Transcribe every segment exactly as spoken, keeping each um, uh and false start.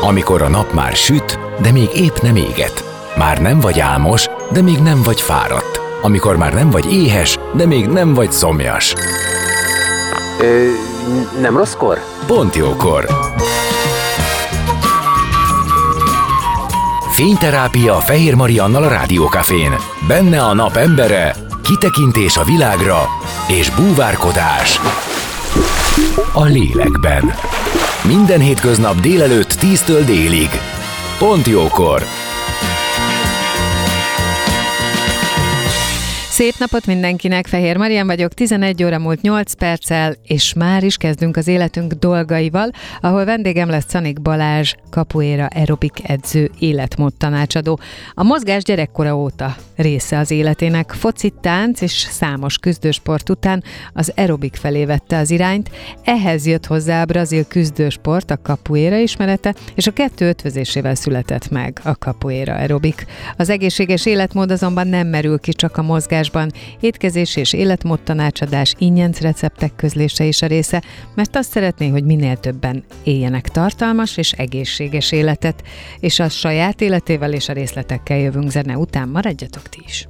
Amikor a nap már süt, de még épp nem éget. Már nem vagy álmos, de még nem vagy fáradt. Amikor már nem vagy éhes, de még nem vagy szomjas. Ö, nem rosszkor? Pont jókor. Fényterápia Fehér Mariannal a Rádiókafén. Benne a nap embere, kitekintés a világra és búvárkodás a lélekben. Minden hétköznap délelőtt tíztől délig. Pont jókor. Szép napot mindenkinek, Fehér Marian vagyok, tizenegy óra múlt nyolc perccel, és már is kezdünk az életünk dolgaival, ahol vendégem lesz Czanik Balázs, capoeira aerobik edző, életmód tanácsadó. A mozgás gyerekkora óta része az életének. Foci, tánc és számos küzdősport után az aerobik felé vette az irányt. Ehhez jött hozzá a brazil küzdősport, a capoeira ismerete, és a kettő ötvözésével született meg a capoeira aerobik. Az egészséges életmód azonban nem merül ki csak a mozgásban. Étkezés és életmód tanácsadás, ingyenc receptek közlése is a része, mert azt szeretné, hogy minél többen éljenek tartalmas és egészséges életet, és a saját életével és a részletekkel jövünk zene után. Maradjatok ti is!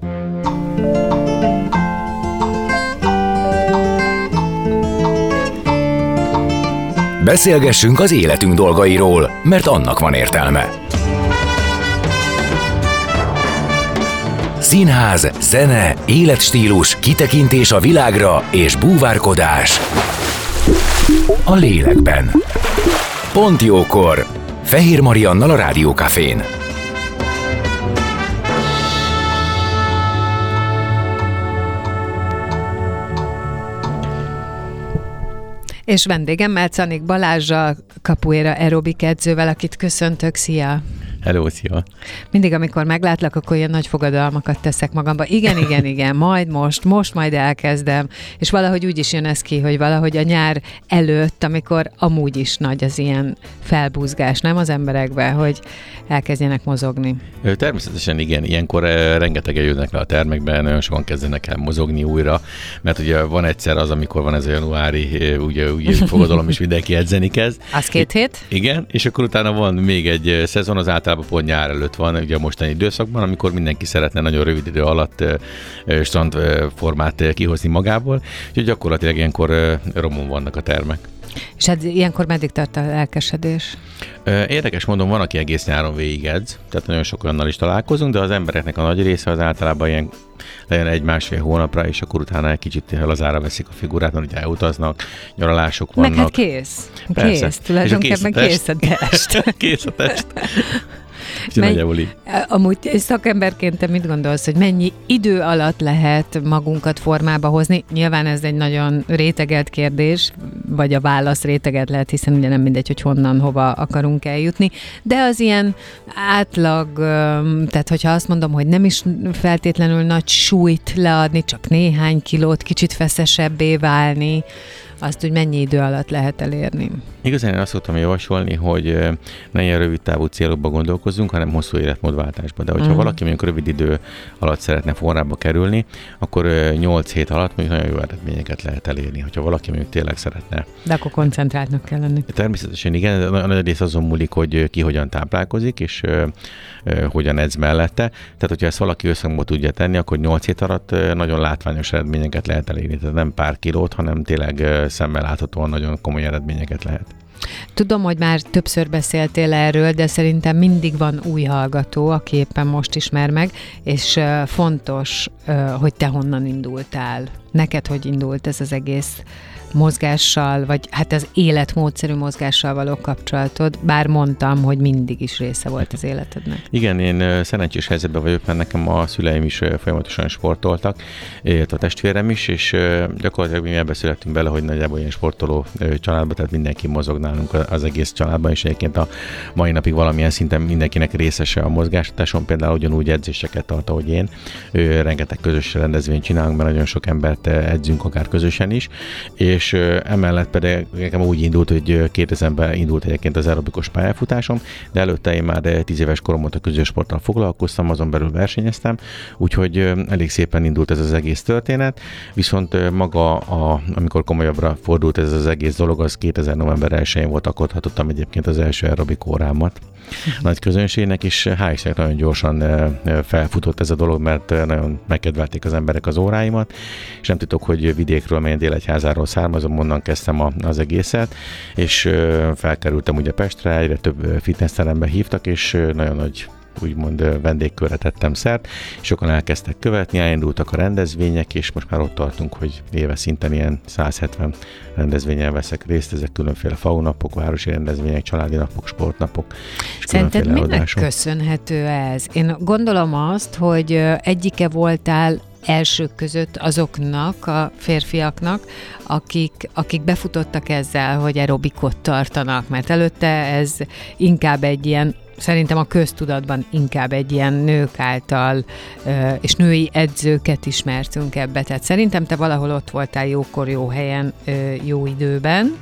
Beszélgessünk az életünk dolgairól, mert annak van értelme. Színház, zene, életstílus, kitekintés a világra és búvárkodás a lélekben. Pont jókor. Fehér Mariannal a Rádiókafén. És vendégemmel Czanik Balázsral, capoeira aerobik edzővel, akit köszöntök. Szia! Hello, szia! Mindig, amikor meglátlak, akkor ilyen nagy fogadalmakat teszek magamba. Igen, igen, igen, majd most, most majd elkezdem. És valahogy úgy is jön ez ki, hogy valahogy a nyár előtt, amikor amúgy is nagy az ilyen felbúzgás, nem az emberekben, hogy elkezdjenek mozogni. Természetesen igen, ilyenkor rengetegen jönnek le a termekben, nagyon sokan kezdenek el mozogni újra, mert ugye van egyszer az, amikor van ez a januári ugye, ugye fogadalom, és mindenki edzeni kezd. Az két hét? Igen, és akkor utána van még egy szezon, az általában pont nyár előtt van, ugye a mostani időszakban, amikor mindenki szeretne nagyon rövid idő alatt strandformát kihozni magából, úgyhogy gyakorlatilag ilyenkor romon vannak a termek. És hát ilyenkor meddig tart a lelkesedés? Érdekes módon van, aki egész nyáron végig edz, tehát nagyon sok olyannal is találkozunk, de az embereknek a nagy része az általában ilyen legyen egy-másfél hónapra, és akkor utána egy kicsit lazára veszik a figurát, mert ugye elutaznak, nyaralások vannak. Meg hát kész. Persze. Kész. Tulajdonképpen kész a test. Kész a test. Menny, amúgy szakemberként te mit gondolsz, hogy mennyi idő alatt lehet magunkat formába hozni? Nyilván ez egy nagyon rétegelt kérdés, vagy a válasz rétegelt lehet, hiszen ugye nem mindegy, hogy honnan, hova akarunk eljutni, de az ilyen átlag, tehát hogyha azt mondom, hogy nem is feltétlenül nagy súlyt leadni, csak néhány kilót, kicsit feszesebbé válni, azt úgy mennyi idő alatt lehet elérni? Igazán én azt szoktam javasolni, hogy ne ilyen rövid távú célokba gondolkozzunk, hanem hosszú életmódváltásba. De hogyha uh-huh. valaki mondjuk rövid idő alatt szeretne formába kerülni, akkor nyolc hét alatt mondjuk nagyon jó eredményeket lehet elérni, hogyha valaki mondjuk tényleg szeretne. De akkor koncentráltnak kell lenni. Természetesen igen, a nagy rész azon múlik, hogy ki hogyan táplálkozik, és uh, uh, hogyan edz mellette. Tehát, hogyha ezt valaki összhangba tudja tenni, akkor nyolc hét alatt uh, nagyon látványos eredményeket lehet elérni. Tehát nem pár kilót, hanem tényleg uh, szemmel láthatóan nagyon komoly eredményeket lehet. Tudom, hogy már többször beszéltél erről, de szerintem mindig van új hallgató, aki éppen most ismer meg, és uh, fontos, uh, hogy te honnan indultál. Neked hogy indult ez az egész mozgással, vagy hát az életmódszerű mozgással való kapcsolatod, bár mondtam, hogy mindig is része volt az életednek. Igen, én szerencsés helyzetben vagyok, mert nekem a szüleim is folyamatosan sportoltak, illetve a testvérem is, és gyakorlatilag mi ebbe születtünk bele, hogy nagyjából ilyen sportoló családban, tehát mindenki mozog nálunk az egész családban, és egyébként a mai napig valamilyen szinten mindenkinek részese a mozgás. Tásom például ugyanúgy edzéseket tart, ahogy én. Ő, rengeteg közös rendezvényt csinálunk, mert nagyon sok embert edzünk akár közösen is, és és emellett pedig nekem úgy indult, hogy kétezerben indult egyébként az aerobikus pályafutásom, de előtte én már tíz éves korom óta közössporttal foglalkoztam, azon belül versenyeztem, úgyhogy elég szépen indult ez az egész történet, viszont maga, a, amikor komolyabbra fordult ez az egész dolog, az kétezer november elsején volt, akkor hatottam egyébként az első aerobik órámat nagy közönségnek, és hál' Istennek nagyon gyorsan felfutott ez a dolog, mert nagyon megkedvelték az emberek az óráimat, és nem titok, hogy vidékről, melyen Délegyházáról származom, onnan kezdtem a, az egészet, és felkerültem ugye Pestre, egyre több fitnessterembe hívtak, és nagyon nagy úgymond vendégkörre tettem szert, sokan elkezdtek követni, elindultak a rendezvények, és most már ott tartunk, hogy éves szinten ilyen száz hetven rendezvényen veszek részt, ezek különféle faunapok, városi rendezvények, családi napok, sportnapok, és Szerinted különféle minek adások. köszönhető ez? Én gondolom azt, hogy egyike voltál elsők között azoknak a férfiaknak, akik, akik befutottak ezzel, hogy aerobikot tartanak, mert előtte ez inkább egy ilyen, szerintem a köztudatban inkább egy ilyen nők által, és női edzőket ismertünk ebbe. Tehát szerintem te valahol ott voltál jókor, jó helyen, jó időben,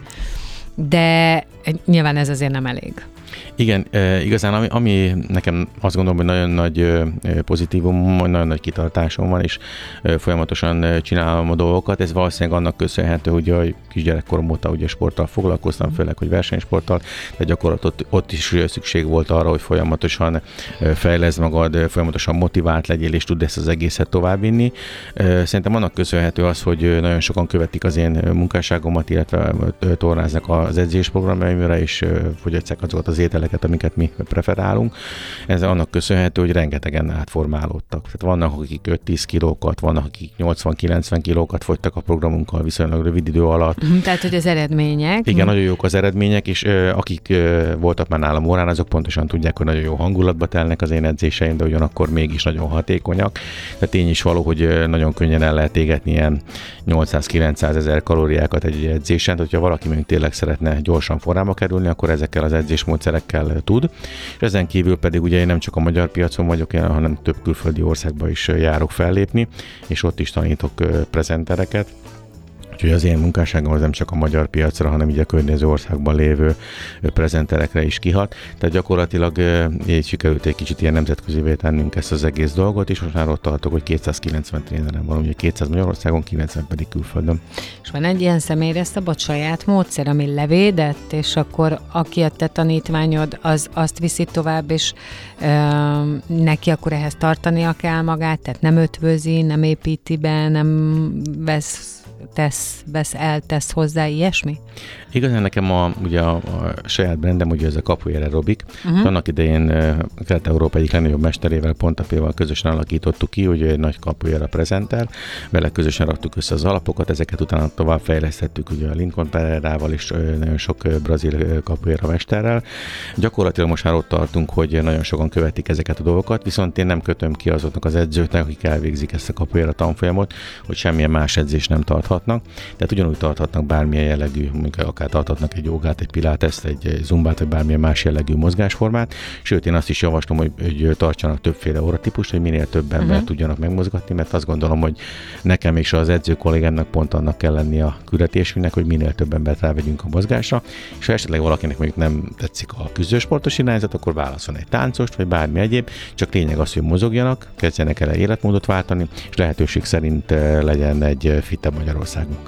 de nyilván ez azért nem elég. Igen, e, igazán ami, ami nekem azt gondolom, hogy nagyon nagy e, pozitívum, nagyon nagy kitartásom van, és e, folyamatosan e, csinálom a dolgokat. Ez valószínűleg annak köszönhető, hogy a kisgyerekkorom óta ugye sporttal foglalkoztam, főleg, hogy versenysporttal, de gyakorlatilag ott, ott is szükség volt arra, hogy folyamatosan e, fejleszd magad, e, folyamatosan motivált legyél, és tudd ezt az egészet továbbvinni. E, szerintem annak köszönhető az, hogy nagyon sokan követik az én munkásságomat, illetve e, tornáznak az edzésprogramjaimra, és e, fogyasztják azokat az ételeket, amiket mi preferálunk. Ez annak köszönhető, hogy rengetegen átformálódtak. Tehát vannak, akik öt-tíz kilókat, vannak, akik nyolcvan-kilencven kilókat fogytak a programunkkal viszonylag rövid idő alatt. Tehát, hogy az eredmények. Igen, nagyon jók az eredmények, és ö, akik ö, voltak már nálam órán, azok pontosan tudják, hogy nagyon jó hangulatba telnek az én edzéseim, de ugyanakkor mégis nagyon hatékonyak. Tehát tény is való, hogy ö, nagyon könnyen el lehet égetni ilyen nyolcszáz-kilencszáz ezer kalóriákat egy edzésen. Tehát, hogyha valaki még tényleg szeretne gyorsan formába kerülni, akkor ezekkel az edzésmódszerekkel tud. És ezen kívül pedig ugye én nem csak a magyar piacon vagyok, hanem több külföldi országba is járok fellépni, és ott is tanítok prezentereket. Úgyhogy az én munkásságom az nem csak a magyar piacra, hanem így a környező országban lévő prezenterekre is kihat. Tehát gyakorlatilag így sikerült egy kicsit ilyen nemzetközivé tennünk ezt az egész dolgot, és most már ott tartok, hogy kétszázkilencven trénerem van, ugye kétszáz Magyarországon, kilencven pedig külföldön. És van egy ilyen személyre szabott saját módszer, ami levédett, és akkor aki a te tanítványod, az azt viszi tovább, és ö, neki akkor ehhez tartania kell magát, tehát nem ötvözi, nem építi be, nem vesz tesz, vesz el, tesz hozzá ilyesmi? Igazán nekem a, ugye a, a saját brandem, ugye ez a Capoeira Aerobic. Uh-huh. Annak idején Kelet-Európa egyik legnagyobb mesterével, Pontapéval közösen alakítottuk ki, ugye egy nagy capoeira prezenter, vele közösen raktuk össze az alapokat, ezeket utána tovább fejlesztettük ugye a Lincoln Pereirával és nagyon sok brazil capoeira mesterrel. Gyakorlatilag most már ott tartunk, hogy nagyon sokan követik ezeket a dolgokat, viszont én nem kötöm ki azoknak az edzőknek, akik elvégzik ezt a capoeira tanfolyamot, hogy semmilyen más edzést nem tarthatnak. Tehát ugyanúgy tarthatnak bármilyen jellegű, akár tarthatnak egy jogát, egy piláteszt, egy zumbát, vagy bármilyen más jellegű mozgásformát. Sőt, én azt is javaslom, hogy, hogy tartsanak többféle óratípust, hogy minél több embert uh-huh. tudjanak megmozgatni, mert azt gondolom, hogy nekem és az edző kollégámnak pont annak kell lenni a küldetésünknek, hogy minél több embert rávegyünk a mozgásra, és ha esetleg valakinek mondjuk nem tetszik a küzdősportos irányzat, akkor válaszol egy táncost, vagy bármi egyéb, csak lényeg az, hogy mozogjanak, kezdjenek el életmódot váltani, és lehetőség szerint legyen egy fittebb Magyarországunk.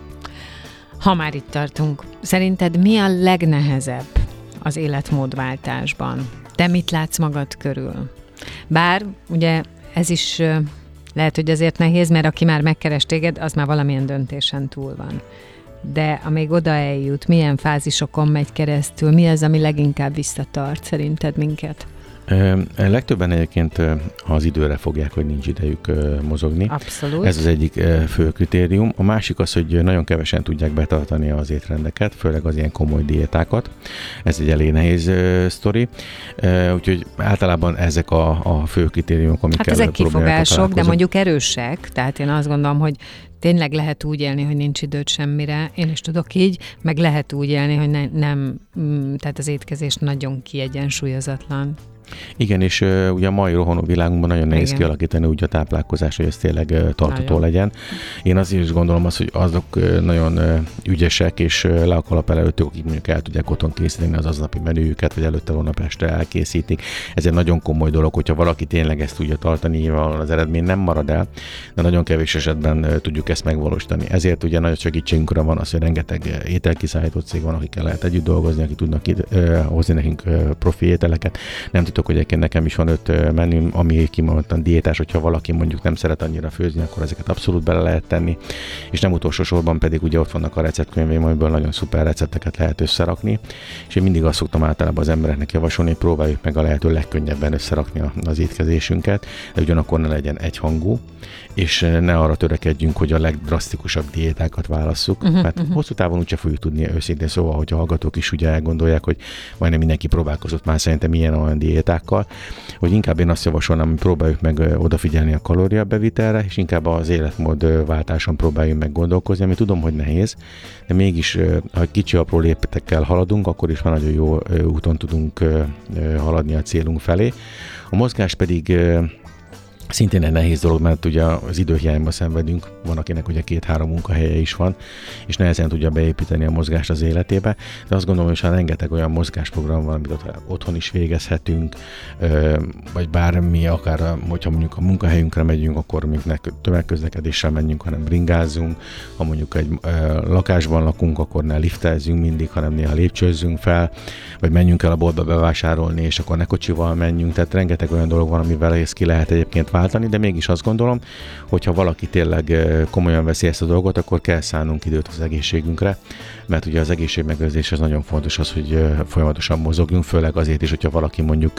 Ha már itt tartunk, szerinted mi a legnehezebb az életmódváltásban? Te mit látsz magad körül? Bár ugye ez is lehet, hogy azért nehéz, mert aki már megkeres téged, az már valamilyen döntésen túl van. De amíg oda eljut, milyen fázisokon megy keresztül, mi az, ami leginkább visszatart szerinted minket? Legtöbben egyébként az időre fogják, hogy nincs idejük mozogni. Abszolút. Ez az egyik fő kritérium. A másik az, hogy nagyon kevesen tudják betartani az étrendeket, főleg az ilyen komoly diétákat. Ez egy elég nehéz sztori. Úgyhogy általában ezek a, a fő kritériumok, amikkel hát ezek kifogások, de mondjuk erősek. Tehát én azt gondolom, hogy tényleg lehet úgy élni, hogy nincs időt semmire. Én is tudok így, meg lehet úgy élni, hogy ne, nem, tehát az étkezés nagyon kiegyensúlyozatlan. Igen, és uh, ugye a mai rohanó világunkban nagyon nehéz Igen. kialakítani úgy a táplálkozás, hogy ez tényleg uh, tartható Nagyon. legyen. Én azért is gondolom azt, hogy azok uh, nagyon uh, ügyesek, és uh, le a kalappal előttük, akik mondjuk el tudják otthon készíteni az aznapi menüjüket, vagy előtte holnap este elkészítik. Ez egy nagyon komoly dolog, hogyha valaki tényleg ezt tudja tartani, az eredmény nem marad el, de nagyon kevés esetben uh, tudjuk ezt megvalósítani. Ezért ugye nagy segítségünkre van az, hogy rengeteg ételkiszállító cég van, akikkel lehet együtt dolgozni, akik tudnak uh, hozni nekünk uh, profi ételeket. Nem tudok, hogy egyébként nekem is van öt menü, ami kimondottan diétás, hogyha valaki mondjuk nem szeret annyira főzni, akkor ezeket abszolút bele lehet tenni. És nem utolsó sorban pedig ugye ott vannak a receptkönyveim, amiből nagyon szuper recepteket lehet összerakni. És én mindig azt szoktam általában az embereknek javasolni, hogy próbáljuk meg a lehető legkönnyebben összerakni az étkezésünket, de ugyanakkor ne legyen egyhangú, és ne arra törekedjünk, hogy a legdrasztikusabb diétákat válasszuk, uh-huh, mert uh-huh. hosszú távon úgyse fogjuk tudni őszintén, szóval, hogy a hallgatók is ugye elgondolják, hogy majdnem mindenki próbálkozott már szerintem ilyen olyan diétákkal, hogy inkább én azt javasolnám, hogy próbáljuk meg odafigyelni a kalóriabevitelre, és inkább az életmód váltáson próbáljunk meg gondolkozni, ami tudom, hogy nehéz, de mégis, ha kicsi apró léptekkel haladunk, akkor is már nagyon jó úton tudunk haladni a célunk felé. A mozgás pedig szintén egy nehéz dolog, mert ugye az időhiányban szenvedünk, van akinek ugye két-három munkahelye is van, és nehezen tudja beépíteni a mozgást az életébe, de azt gondolom, hogy ha rengeteg olyan mozgásprogram van, amit otthon is végezhetünk, vagy bármi, akár hogyha mondjuk a munkahelyünkre megyünk, akkor még ne tömegközlekedéssel menjünk, hanem bringázzunk, ha mondjuk egy lakásban lakunk, akkor ne liftezzünk mindig, hanem néha lépcsőzzünk fel, vagy menjünk el a boltba bevásárolni, és akkor ne kocsival menjünk, tehát rengeteg olyan dolog van, amivel ezt ki lehet egyébként váltani, de mégis azt gondolom, hogyha valaki tényleg komolyan veszi ezt a dolgot, akkor kell szánnunk időt az egészségünkre, mert ugye az egészségmegőrzés az nagyon fontos az, hogy folyamatosan mozogjunk, főleg azért is, hogyha valaki mondjuk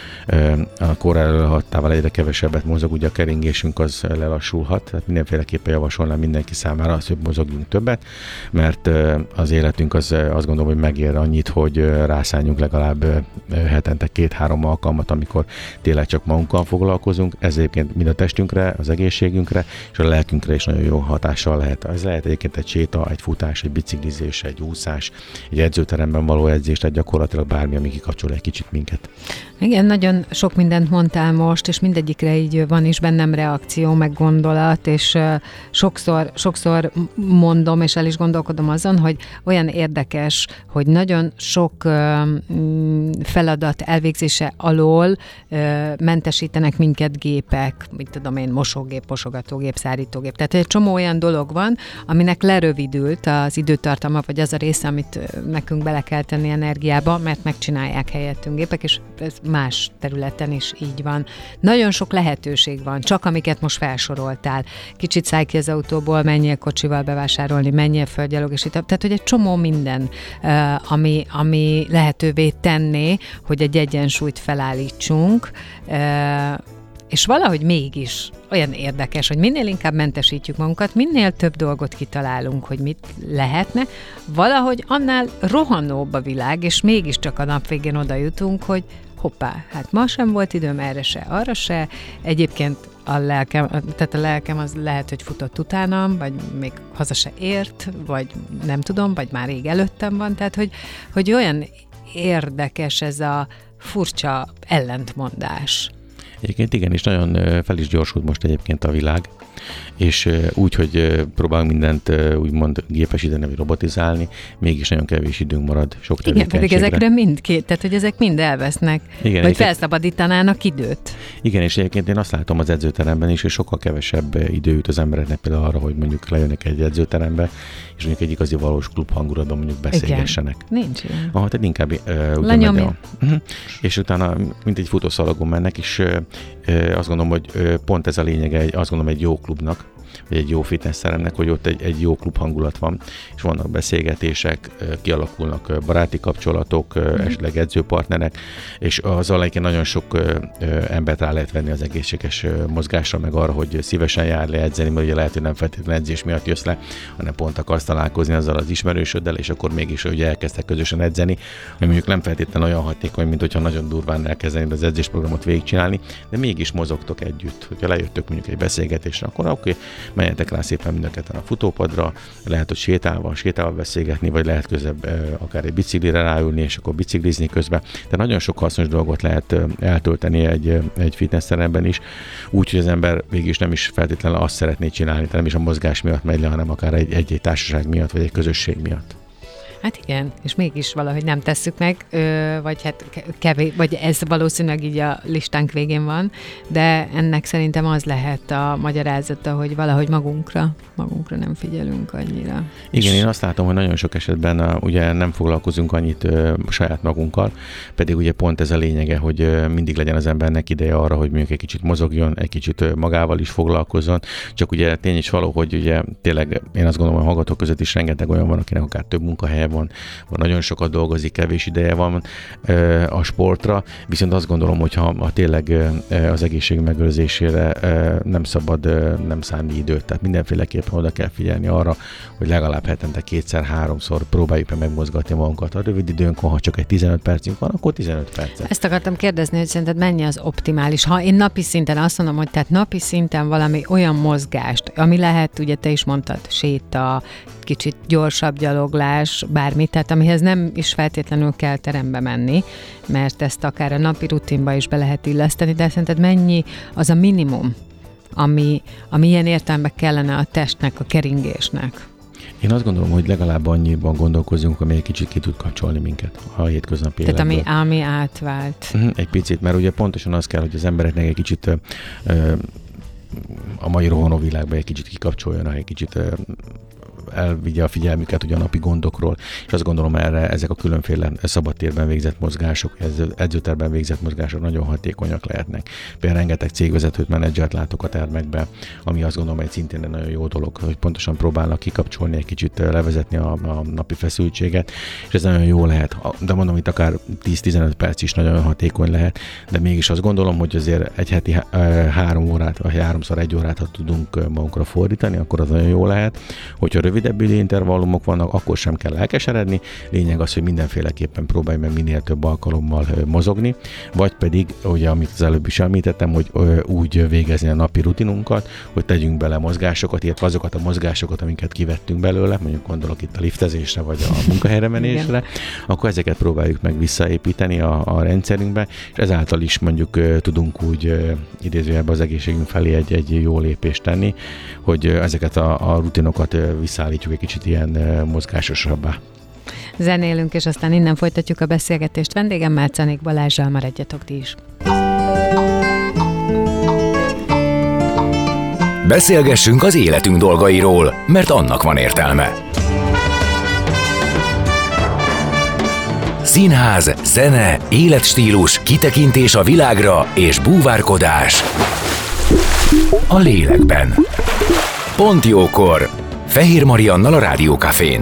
a kor előhatával egyre kevesebbet mozog, ugye a keringésünk az lelassulhat, tehát mindenféleképpen javasolnám mindenki számára az, hogy mozogjunk többet, mert az életünk az azt gondolom, hogy megér annyit, hogy rászálljunk legalább hetente két-három alkalmat, amikor tényleg csak magunkkal foglalkozunk. Ez egyébként mind a testünkre, az egészségünkre és a lelkünkre is nagyon jó hatással lehet. Ez lehet egyébként egy séta, egy futás, egy biciklizés, egy úszás, egy edzőteremben való edzés, tehát gyakorlatilag bármi, ami kikapcsol egy kicsit minket. Igen, nagyon sok mindent mondtál most, és mindegyikre így van is bennem reakció, meg gondolat, és uh, sokszor, sokszor mondom, és el is gondolkodom azon, hogy olyan érdekes, hogy nagyon sok uh, feladat elvégzése alól uh, mentesítenek minket gépek, mit tudom én, mosógép, mosogatógép, szárítógép. Tehát egy csomó olyan dolog van, aminek lerövidült az időtartama, vagy az a része, amit nekünk bele kell tenni energiába, mert megcsinálják helyettünk gépek, és ez más területen is így van. Nagyon sok lehetőség van, csak amiket most felsoroltál. Kicsit szállj ki az autóból, menjél kocsival bevásárolni, menjél földgyalog, és itt. Tehát, hogy egy csomó minden, ami, ami lehetővé tenné, hogy egy egyensúlyt felállítsunk, és valahogy mégis olyan érdekes, hogy minél inkább mentesítjük magunkat, minél több dolgot kitalálunk, hogy mit lehetne, valahogy annál rohanóbb a világ, és mégiscsak a nap végén oda jutunk, hogy hoppá, hát ma sem volt időm erre se, arra se. Egyébként a lelkem, tehát a lelkem az lehet, hogy futott utánam, vagy még haza se ért, vagy nem tudom, vagy már rég előttem van, tehát hogy, hogy olyan érdekes ez a furcsa ellentmondás. Egyébként igen, és nagyon fel is gyorsult most egyébként a világ, és úgy, hogy próbálunk mindent úgymond gépesíteni, vagy robotizálni, mégis nagyon kevés időnk marad sok tevékenységre. Igen, pedig ezekre mindkét, tehát hogy ezek mind elvesznek, igen, vagy felszabadítanának időt. Igen, és egyébként én azt látom az edzőteremben is, hogy sokkal kevesebb idő jut az embereknek például arra, hogy mondjuk lejönnek egy edzőterembe, és mondjuk egy igazi valós klub hangulatban mondjuk beszélgessenek. Igen, nincs ilyen. Aha, tehát inkább uh, lenyomja. A... Uh-huh. És utána, mint egy futószalagon mennek, és uh, azt gondolom, hogy uh, pont ez a lényege, azt gondolom, egy jó klubnak, vagy egy jó fitnesszeremnek, hogy ott egy, egy jó klub hangulat van, és vannak beszélgetések, kialakulnak baráti kapcsolatok, mm. esetleg edzőpartnerek, és az alapján nagyon sok embert rá lehet venni az egészséges mozgásra, meg arra, hogy szívesen jár le edzeni, mert ugye lehet, hogy nem feltétlenül edzés miatt jössz le, hanem pont akarsz találkozni azzal az ismerősöddel, és akkor mégis ugye elkezdtek közösen edzeni, ami mondjuk nem feltétlenül olyan hatékony, mint hogyha nagyon durván elkezdeni az edzésprogramot végigcsinálni, de mégis mozogtok együtt. Hogyha lejöttök mondjuk egy beszélgetésre, akkor oké, okay, menjetek rá szépen mind a ketten a futópadra, lehet, hogy sétálva, sétálva beszélgetni, vagy lehet közebb akár egy biciklire ráülni, és akkor biciklizni közben. De nagyon sok hasznos dolgot lehet eltölteni egy, egy fitnessteremben is, úgy, hogy az ember végig nem is feltétlenül azt szeretné csinálni, nem is a mozgás miatt megy le, hanem akár egy, egy, egy társaság miatt, vagy egy közösség miatt. Hát igen, és mégis valahogy nem tesszük meg, vagy hát kevés, vagy ez valószínűleg így a listánk végén van, de ennek szerintem az lehet a magyarázata, hogy valahogy magunkra, magunkra nem figyelünk annyira. Igen, én azt látom, hogy nagyon sok esetben a, ugye nem foglalkozunk annyit ö, saját magunkkal, pedig ugye pont ez a lényege, hogy ö, mindig legyen az embernek ideje arra, hogy mondjuk egy kicsit mozogjon, egy kicsit ö, magával is foglalkozzon, csak ugye tény is való, hogy ugye tényleg én azt gondolom, hogy a hallgatók között is rengeteg olyan van, akinek akár több munkahelye van, van, nagyon sokat dolgozik, kevés ideje van ö, a sportra, viszont azt gondolom, hogy ha, ha tényleg ö, az egészség megőrzésére ö, nem szabad ö, nem szánni időt, tehát mindenféleképpen oda kell figyelni arra, hogy legalább hetente kétszer-háromszor próbáljuk meg megmozgatni magunkat. A rövid időnkön, ha csak egy tizenöt percünk van, akkor tizenöt percet. Ezt akartam kérdezni, hogy szerinted mennyi az optimális? Ha én napi szinten azt mondom, hogy tehát napi szinten valami olyan mozgást, ami lehet, ugye te is mondtad, séta, kicsit gyorsabb gyaloglás, bármi, tehát amihez nem is feltétlenül kell terembe menni, mert ezt akár a napi rutinba is be lehet illeszteni, de szerinted mennyi az a minimum, ami, ami ilyen értelemben kellene a testnek, a keringésnek? Én azt gondolom, hogy legalább annyiban gondolkozunk, ami egy kicsit ki tud kapcsolni minket a hétköznapi Tehát életből. ami, ami átvált. Egy picit, mert ugye pontosan az kell, hogy az embereknek egy kicsit ö, ö, a mai rohanó világban egy kicsit kikapcsoljon, egy kicsit ö, elvigye a figyelmüket ugye a napi gondokról, és azt gondolom erre ezek a különféle szabadtérben végzett mozgások, edzőterben végzett mozgások nagyon hatékonyak lehetnek. Például rengeteg cégvezetőt, menedzsert látok a termekbe, ami azt gondolom, hogy szintén egy nagyon jó dolog, hogy pontosan próbálnak kikapcsolni, egy kicsit levezetni a, a napi feszültséget, és ez nagyon jó lehet. De mondom, itt akár tíz-tizenöt perc is nagyon hatékony lehet, de mégis azt gondolom, hogy azért egy heti három órát, vagy háromszor egy órát, ha tudunk magunkra fordítani, akkor az nagyon jó lehet. Hogyha rövidebb időintervallumok vannak, akkor sem kell elkeseredni. Lényeg az, hogy mindenféleképpen próbálj meg minél több alkalommal mozogni, vagy pedig, ugye, amit az előbb is említettem, hogy úgy végezni a napi rutinunkat, hogy tegyünk bele mozgásokat, illetve azokat a mozgásokat, amiket kivettünk belőle, mondjuk gondolok itt a liftezésre, vagy a munkahelyre menésre, akkor ezeket próbáljuk meg visszaépíteni a, a rendszerünkbe, és ezáltal is mondjuk tudunk úgy idézőjelben az egészségünk felé egy, egy jó lépést tenni, hogy ezeket a, a rutinokat visszaállítjuk egy kicsit ilyen mozgásosabbá. Zenélünk, és aztán innen folytatjuk a beszélgetést vendégemmel, Czanik Balázssal, maradjatok ti is. Beszélgessünk az életünk dolgairól, mert annak van értelme. Színház, zene, életstílus, kitekintés a világra és búvárkodás a lélekben. Pont jókor! Fehér Mariannal a Rádió Cafén.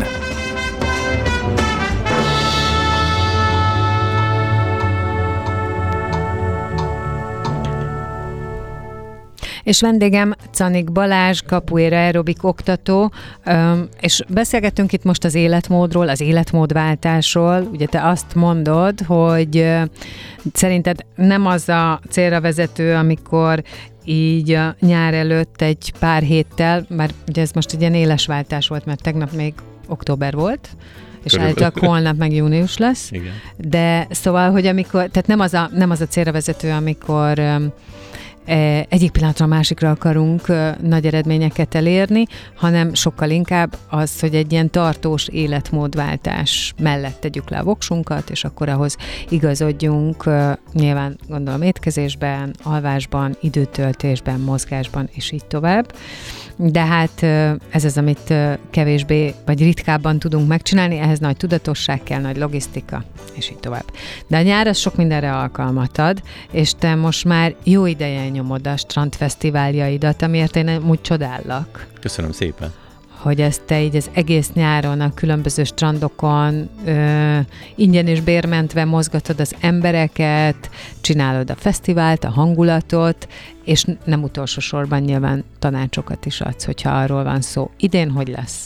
És vendégem Czanik Balázs, capoeira aerobik oktató, és beszélgettünk itt most az életmódról, az életmódváltásról. Ugye te azt mondod, hogy szerinted nem az a célra vezető, amikor így a nyár előtt egy pár héttel, már ugye ez most egy ilyen éles váltás volt, mert tegnap még október volt, és állítólag holnap meg június lesz. Igen. De szóval, hogy amikor, tehát nem az a, nem az a célra vezető, amikor egyik pillanatra a másikra akarunk nagy eredményeket elérni, hanem sokkal inkább az, hogy egy ilyen tartós életmódváltás mellett tegyük le a voksunkat, és akkor ahhoz igazodjunk, nyilván gondolom étkezésben, alvásban, időtöltésben, mozgásban, és így tovább. De hát ez az, amit kevésbé vagy ritkábban tudunk megcsinálni, ehhez nagy tudatosság kell, nagy logisztika, és így tovább. De a nyár az sok mindenre alkalmat ad, és te most már jó ideje nyomod a strandfesztiváljaidat, amiért én úgy csodállak. Köszönöm szépen. Hogy ezt te így az egész nyáron a különböző strandokon ö, ingyen és bérmentve mozgatod az embereket, csinálod a fesztivált, a hangulatot, és nem utolsó sorban nyilván tanácsokat is adsz, hogyha arról van szó. Idén hogy lesz?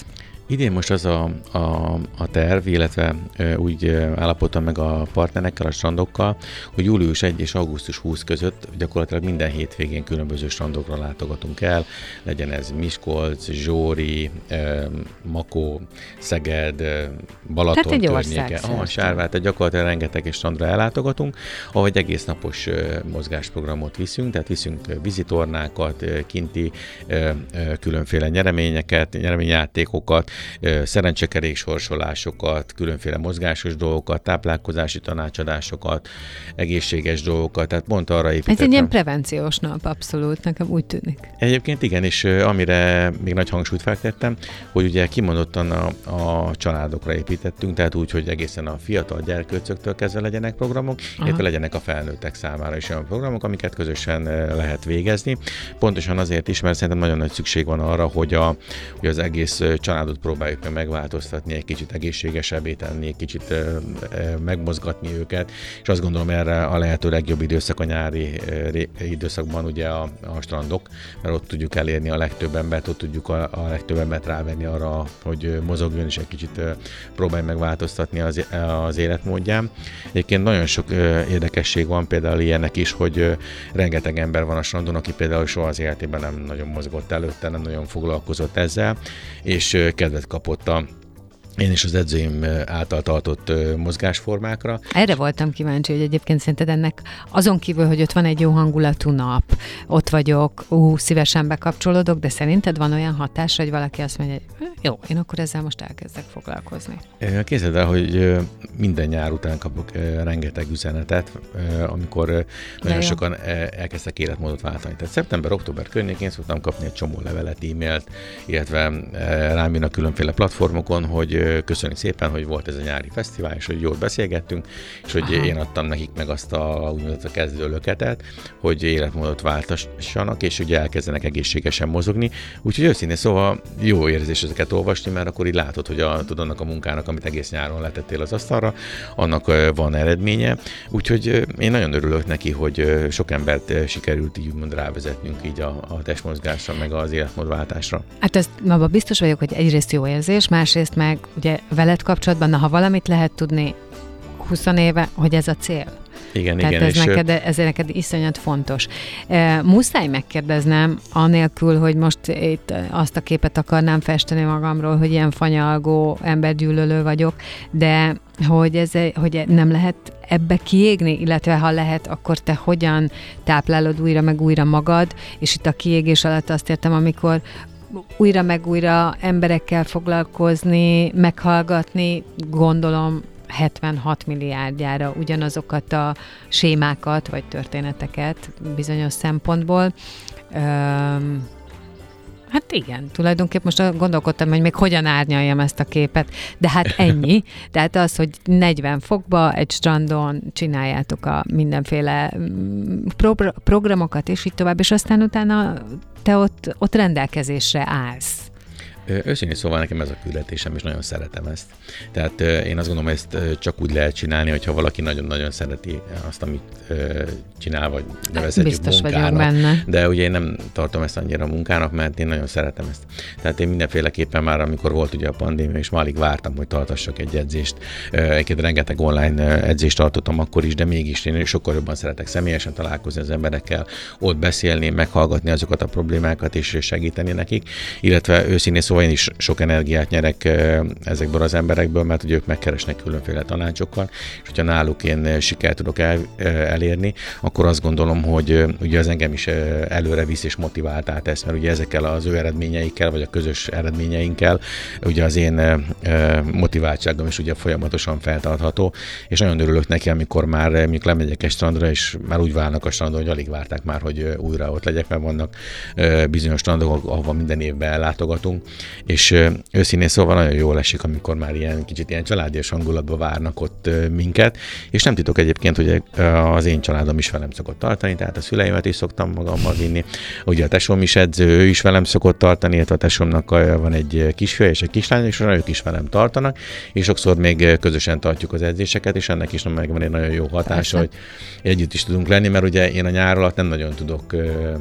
Idén most az a, a, a terv, illetve e, úgy állapodtam meg a partnerekkel, a strandokkal, hogy július elseje és augusztus huszadika között gyakorlatilag minden hétvégén különböző strandokra látogatunk el, legyen ez Miskolc, Zsóri, e, Makó, Szeged, Balaton tehát egy környéke, ah, Sárvár, tehát gyakorlatilag rengeteg strandra ellátogatunk, ahogy egész napos e, mozgásprogramot viszünk, tehát viszünk vízitornákat, e, kinti e, e, különféle nyereményeket, nyereményjátékokat, szerencsekerék sorsolásokat, különféle mozgásos dolgokat, táplálkozási tanácsadásokat, egészséges dolgokat, tehát pont arra építettem. Ez egy ilyen prevenciós nap, abszolút, nekem úgy tűnik. Egyébként igen, és amire még nagy hangsúlyt fektettem, hogy ugye kimondottan a, a családokra építettünk, tehát úgy, hogy egészen a fiatal gyerkőcöktől kezdve legyenek programok, Aha. illetve legyenek a felnőttek számára is olyan programok, amiket közösen lehet végezni. Pontosan azért is, mert szerintem nagyon nagy szükség van arra, hogy, a, hogy az egész családot próbáljuk meg megváltoztatni, egy kicsit egészségesebbé tenni, egy kicsit ö, ö, megmozgatni őket, és azt gondolom erre a lehető legjobb időszak a nyári ö, időszakban ugye a, a strandok, mert ott tudjuk elérni a legtöbb embert, ott tudjuk a, a legtöbb embert rávenni arra, hogy mozogjon és egy kicsit ö, próbálj megváltoztatni az, az életmódján. Egyébként nagyon sok ö, érdekesség van, például ilyenek is, hogy ö, rengeteg ember van a strandon, aki például soha az életében nem nagyon mozgott előtte, nem nagyon foglalkozott ezzel, és ö, kedvet kapott a én is az edzőim által tartott mozgásformákra. Erre voltam kíváncsi, hogy egyébként szerinted ennek azon kívül, hogy ott van egy jó hangulatú nap, ott vagyok, ú, szívesen bekapcsolódok, de szerinted van olyan hatás, hogy valaki azt mondja, hogy jó, én akkor ezzel most elkezdek foglalkozni. Képzeld el, hogy minden nyár után kapok rengeteg üzenetet, amikor nagyon sokan elkezdtek életmódot váltani. Tehát szeptember-október környékén szoktam kapni egy csomó levelet, e-mailt, illetve rám jön a különféle platformokon, hogy köszönjük szépen, hogy volt ez a nyári fesztivál, és hogy jól beszélgettünk, és hogy Aha. én adtam nekik meg azt a úgynevezett a kezdőlöketet, hogy életmódot váltassanak, és ugye elkezdenek egészségesen mozogni. Úgyhogy őszintén szóval jó érzés ezeket olvasni, mert akkor így látod, hogy a, tud annak a munkának, amit egész nyáron letettél az asztalra, annak van eredménye. Úgyhogy én nagyon örülök neki, hogy sok embert sikerült így úgymond rávezetnünk így a, a testmozgásra, meg az életmódváltásra. Hát ezt abban biztos vagyok, hogy egyrészt jó érzés, másrészt meg ugye veled kapcsolatban, na ha valamit lehet tudni húsz éve, hogy ez a cél. Igen, Tehát igen. ez, és neked, ez neked iszonyat fontos. E, muszáj megkérdeznem, anélkül, hogy most itt azt a képet akarnám festeni magamról, hogy ilyen fanyalgó, embergyűlölő vagyok, de hogy, ez, hogy nem lehet ebbe kiégni, illetve ha lehet, akkor te hogyan táplálod újra meg újra magad, és itt a kiégés alatt azt értem, amikor újra meg újra emberekkel foglalkozni, meghallgatni, gondolom hetvenhat milliárdjára ugyanazokat a sémákat, vagy történeteket bizonyos szempontból. Üm, hát igen, tulajdonképpen most gondolkodtam, hogy még hogyan árnyaljam ezt a képet, de hát ennyi. Tehát az, hogy negyven fokba egy strandon csináljátok a mindenféle pro- programokat, és így tovább, és aztán utána te ott, ott rendelkezésre állsz. Őszintén szóval nekem ez a küldetésem, és nagyon szeretem ezt. Tehát én azt gondolom, ezt csak úgy lehet csinálni, hogyha valaki nagyon-nagyon szereti azt, amit csinál, vagy nevezhetjük Biztos munkának. vagyok benne. De ugye én nem tartom ezt annyira munkának, mert én nagyon szeretem ezt. Tehát én mindenféleképpen már, amikor volt ugye a pandémia, és már alig vártam, hogy tartassak egy edzést. Egyébként rengeteg online edzést tartottam akkor is, de mégis én sokkal jobban szeretek személyesen találkozni az emberekkel, ott beszélni, meghallgatni azokat a problémákat, és segíteni nekik, illetve őszintén szóval én is sok energiát nyerek ezekből az emberekből, mert ugye ők megkeresnek különféle tanácsokkal, és hogyha náluk én sikert tudok el, elérni, akkor azt gondolom, hogy ugye az engem is előre visz és motiváltá tesz, mert ugye ezekkel az ő eredményeikkel, vagy a közös eredményeinkkel, ugye az én motiváltságom is ugye folyamatosan feltartható, és nagyon örülök neki, amikor már mondjuk lemegyek egy strandra, és már úgy válnak a strandon, hogy alig várták már, hogy újra ott legyek, mert vannak bizonyos strandok, ahova minden évben ellátogatunk, és őszintén szóval nagyon jól esik, amikor már ilyen kicsit ilyen családias hangulatban várnak ott minket, és nem titok egyébként, hogy az én családom is velem szokott tartani, tehát a szüleimet is szoktam magammal vinni, ugye a tesóm is edző, ő is velem szokott tartani, illetve a tesómnak van egy kisfia és egy kislány, és ők is velem tartanak, és sokszor még közösen tartjuk az edzéseket, és ennek is megvan egy nagyon jó hatása, hogy együtt is tudunk lenni, mert ugye én a nyár alatt nem nagyon tudok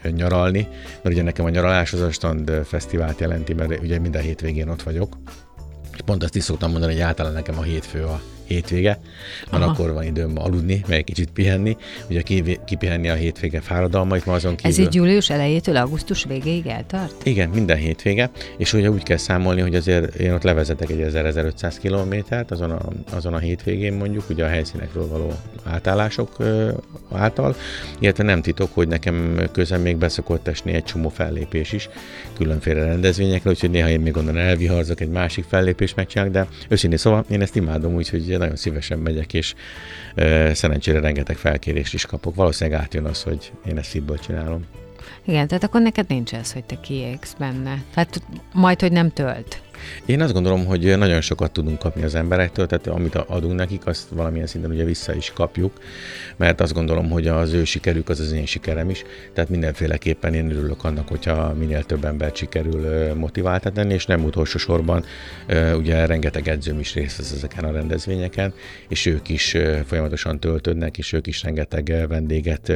nyaralni, mert ugye nekem a nyaralás az a Strand Fesztivált jelenti, mert ugye minden hétvégén ott vagyok. És pont azt is szoktam mondani, hogy általán nekem a hétfő a hétvége, mert akkor van időm aludni, meg egy kicsit pihenni, ugye kipihenni a hétvége fáradalmait, ma azon kívül... Ez így július elejétől augusztus végéig eltart? Igen, minden hétvége, és ugye úgy kell számolni, hogy azért én ott levezetek egy ezer-ezerötszáz kilométert azon a, azon a hétvégén mondjuk, ugye a helyszínekről való átállások által, illetve nem titok, hogy nekem közben még beszokott esni egy csomó fellépés is, különféle rendezvényekre, úgyhogy néha én még onnan elviharzok, egy másik fellépést megcsinálok, de őszintén szóval én ezt imádom, úgyhogy nagyon szívesen megyek, és e, szerencsére rengeteg felkérést is kapok. Valószínűleg átjön az, hogy én ezt szívből csinálom. Igen, tehát akkor neked nincs ez, hogy te kiégsz benne. Tehát majd, hogy nem tölt. Én azt gondolom, hogy nagyon sokat tudunk kapni az emberektől, tehát amit adunk nekik, azt valamilyen szinten ugye vissza is kapjuk, mert azt gondolom, hogy az ő sikerük az az én sikerem is, tehát mindenféleképpen én örülök annak, hogyha minél több embert sikerül motiváltat tenni, és nem utolsó sorban ugye rengeteg edzőm is részt vesz ezeken a rendezvényeken, és ők is folyamatosan töltődnek, és ők is rengeteg vendéget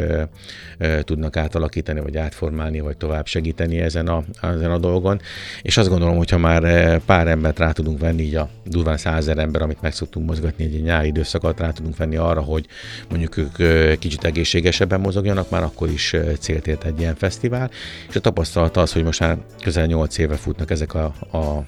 tudnak átalakítani, vagy átformálni, vagy tovább segíteni ezen a, ezen a dolgon, és azt gondolom, hogyha már pár embert rá tudunk venni, így a durván százezer ember, amit meg szoktunk mozgatni egy nyári időszakot, rá tudunk venni arra, hogy mondjuk ők kicsit egészségesebben mozogjanak, már akkor is célt ért egy ilyen fesztivál, és a tapasztalat az, hogy most már közel nyolc éve futnak ezek a, a, a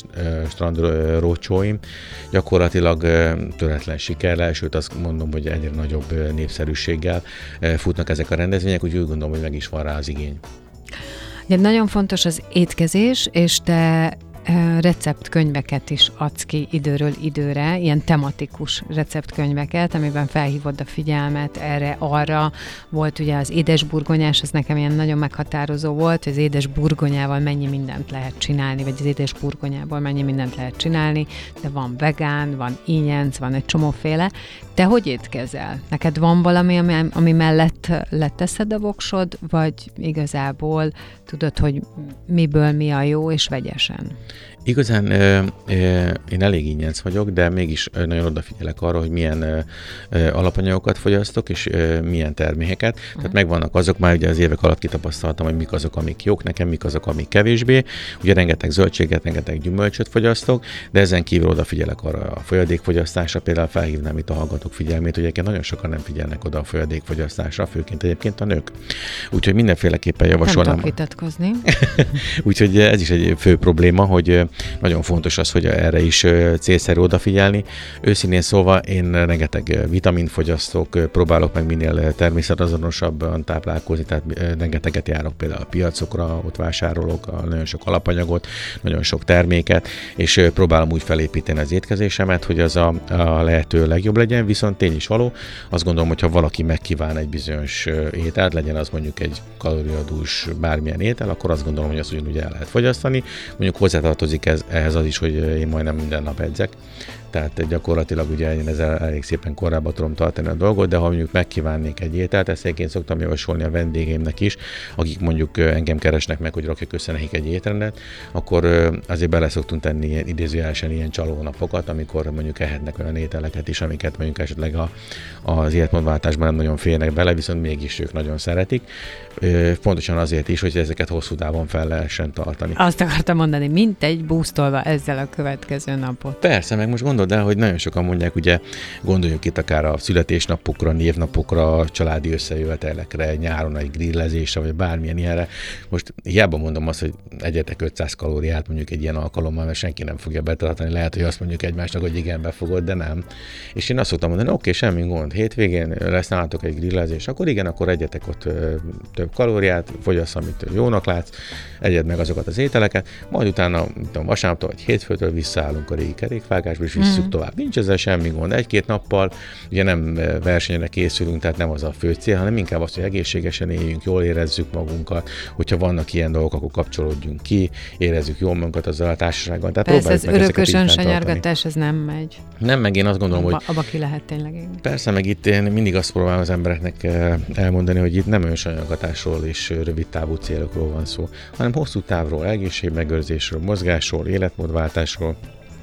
strand roadshow-im, gyakorlatilag töretlen sikerrel, sőt azt mondom, hogy egyre nagyobb népszerűséggel futnak ezek a rendezvények, úgyhogy úgy gondolom, hogy meg is van rá az igény. Ugye nagyon fontos az étkezés, és te receptkönyveket is adsz ki időről időre, ilyen tematikus receptkönyveket, amiben felhívod a figyelmet erre, arra. Volt ugye az édesburgonyás, az nekem ilyen nagyon meghatározó volt, hogy az édesburgonyával mennyi mindent lehet csinálni, vagy az édesburgonyából mennyi mindent lehet csinálni, de van vegán, van ínyenc, van egy csomóféle. Te hogy étkezel? Neked van valami, ami, ami mellett leteszed a voksod, vagy igazából tudod, hogy miből mi a jó, és vegyesen? Igazán ö, ö, én elég ínyenc vagyok, de mégis nagyon odafigyelek arra, hogy milyen ö, ö, alapanyagokat fogyasztok, és ö, milyen termékeket. Uh-huh. Tehát megvannak azok, már ugye az évek alatt kitapasztaltam, hogy mik azok, amik jók nekem, mik azok, amik kevésbé. Ugye rengeteg zöldséget, rengeteg gyümölcsöt fogyasztok, de ezen kívül odafigyelek arra a folyadékfogyasztásra. Például felhívnám itt a hallgatók figyelmét, hogy egyébként nagyon sokan nem figyelnek oda a folyadékfogyasztásra, főként egyébként a nők. Úgyhogy mindenféleképpen javasolnám. Nem tudok vitatkozni. Úgyhogy ez is egy fő probléma, hogy nagyon fontos az, hogy erre is célszerű odafigyelni. Őszintén szólva én rengeteg vitamint fogyasztok, próbálok meg minél természetazonosabban táplálkozni, tehát rengeteget járok például a piacokra, ott vásárolok nagyon sok alapanyagot, nagyon sok terméket, és próbálom úgy felépíteni az étkezésemet, hogy az a, a lehető legjobb legyen, viszont tény is való. Azt gondolom, hogy ha valaki megkíván egy bizonyos ételt, legyen az mondjuk egy kalóriadús bármilyen étel, akkor azt gondolom, hogy azt ugyanúgy el lehet fogyasztani. Mondjuk hozzátartozik ez, ehhez az is, hogy én majdnem minden nap edzek, tehát gyakorlatilag ugye én ezzel elég szépen korábban tudom tartani a dolgot, de ha mondjuk megkívánnék egy ételt, ezt egyébként szoktam javasolni a vendégeimnek is, akik mondjuk engem keresnek meg, hogy rakjak össze nekik egy étrendet, akkor azért bele szoktunk tenni ilyen idézőjelesen ilyen csalónapokat, amikor mondjuk ehetnek olyan ételeket is, amiket mondjuk esetleg a, az életmódváltásban nem nagyon férnek bele, viszont mégis ők nagyon szeretik. Pontosan azért is, hogy ezeket hosszú távon fel lehessen tartani. Azt akartam mondani, mint egy boostolva ezzel a következő napot. Persze, meg most gondold el, hogy nagyon sokan mondják, ugye gondoljuk itt akár a születésnapokra, névnapokra, családi összejövetelekre, nyáron egy grillezésre, vagy bármilyen ilyenre. Most hiába mondom azt, hogy egyetek ötszáz kalóriát mondjuk egy ilyen alkalommal, mert senki nem fogja betartani. Lehet, hogy azt mondjuk egymásnak, hogy igen, befogod, de nem. És én azt szoktam mondani, oké, semmi gond, hétvégén lesz nálatok egy grillezés, akkor igen, akkor egyetek ott ö, több kalóriát, fogyasz, amit jónak látsz, egyed meg azokat az ételeket, majd utána tudom, vasárnaptól vagy hétfőtől visszaállunk a régi kerékvágásba, és visszük mm. tovább. Nincs ezzel semmi gond. Egy-két nappal ugye nem versenyre készülünk, tehát nem az a fő cél, hanem inkább az, hogy egészségesen éljünk, jól érezzük magunkat, hogyha vannak ilyen dolgok, akkor kapcsolódjunk ki, érezzük jól magunkat azzal a társasággal. Tehát persze, ez örökösen sanyargatás, ez nem megy. Nem, meg én azt gondolom, abba, hogy... Abba ki lehet tényleg én. Persze, meg itt én mindig azt próbálom az embereknek elmondani, hogy itt nem önsanyargatásról és rövid távú célokról van szó, hanem hosszú távról, egészségmegőrzésről, mozgásról, életmódváltásról,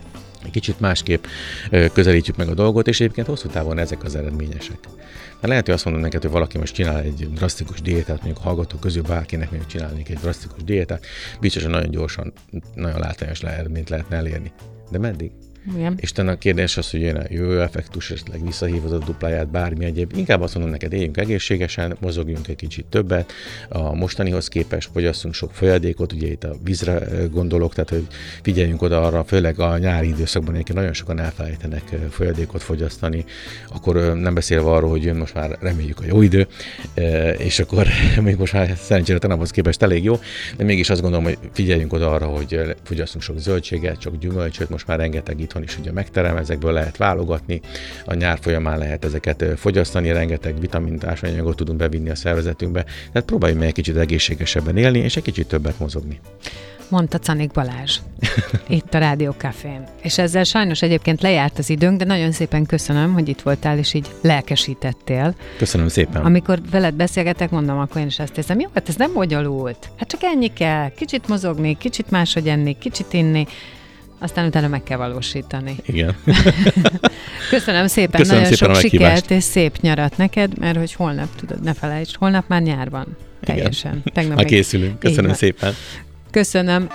egy kicsit másképp közelítjük meg a dolgot, és egyébként hosszú távon ezek az eredményesek. De lehet, hogy azt mondom neked, hogy valaki most csinál egy drasztikus diétát, mondjuk a hallgatók közül bárkinek még csinálnék egy drasztikus diétát, biztosan nagyon gyorsan, nagyon látványos eredményt lehetne elérni. De meddig? Igen. És a kérdés az, hogy jön a jó effektus, esetleg visszahívod a dupláját, bármi egyéb. Inkább azt mondom neked, éljünk egészségesen, mozogjunk egy kicsit többet, a mostanihoz képest fogyasszunk sok folyadékot, ugye itt a vízre gondolok, tehát hogy figyeljünk oda arra, főleg a nyári időszakban egyébként nagyon sokan elfelejtenek folyadékot fogyasztani, akkor nem beszélve arról, hogy jön most már reméljük a jó idő, és akkor még most már szerencsére tanaphoz képest elég jó, de mégis azt gondolom, hogy figyeljünk oda arra, hogy fogyasszunk sok zöldséget, sok gyümölcsöt, most már rengeteg itthon is ugye megterem, ezekből lehet válogatni, a nyár folyamán lehet ezeket fogyasztani, rengeteg vitamint, ásványanyagot tudunk bevinni a szervezetünkbe, tehát próbáljunk meg egy kicsit egészségesebben élni, és egy kicsit többet mozogni. Mondta Czanik Balázs itt a Rádió Cafén. És ezzel sajnos egyébként lejárt az időnk, de nagyon szépen köszönöm, hogy itt voltál, és így lelkesítettél. Köszönöm szépen. Amikor veled beszélgetek, mondom, akkor én is azt hiszem, jó, hát ez nem bonyolult. Hát csak ennyi kell, kicsit mozogni, kicsit máshogy enni, kicsit inni, aztán utána meg kell valósítani. Igen. Köszönöm szépen, Köszönöm nagyon szépen sok a sikert és szép nyarat neked, mert hogy holnap, tudod, ne felejtsd, holnap már nyár van. Teljesen. Tegnap ha készülünk. Köszönöm szépen. Köszönöm.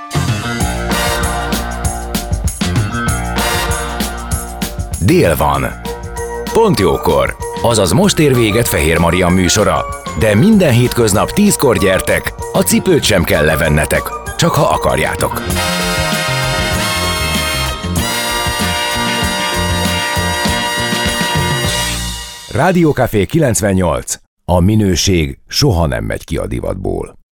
Dél van. Pont jókor. Azaz most ér véget Fehér Marian műsora. De minden hétköznap tízkor gyertek, a cipőt sem kell levennetek, csak ha akarjátok. Rádió Café kilencvennyolc. A minőség soha nem megy ki a divatból.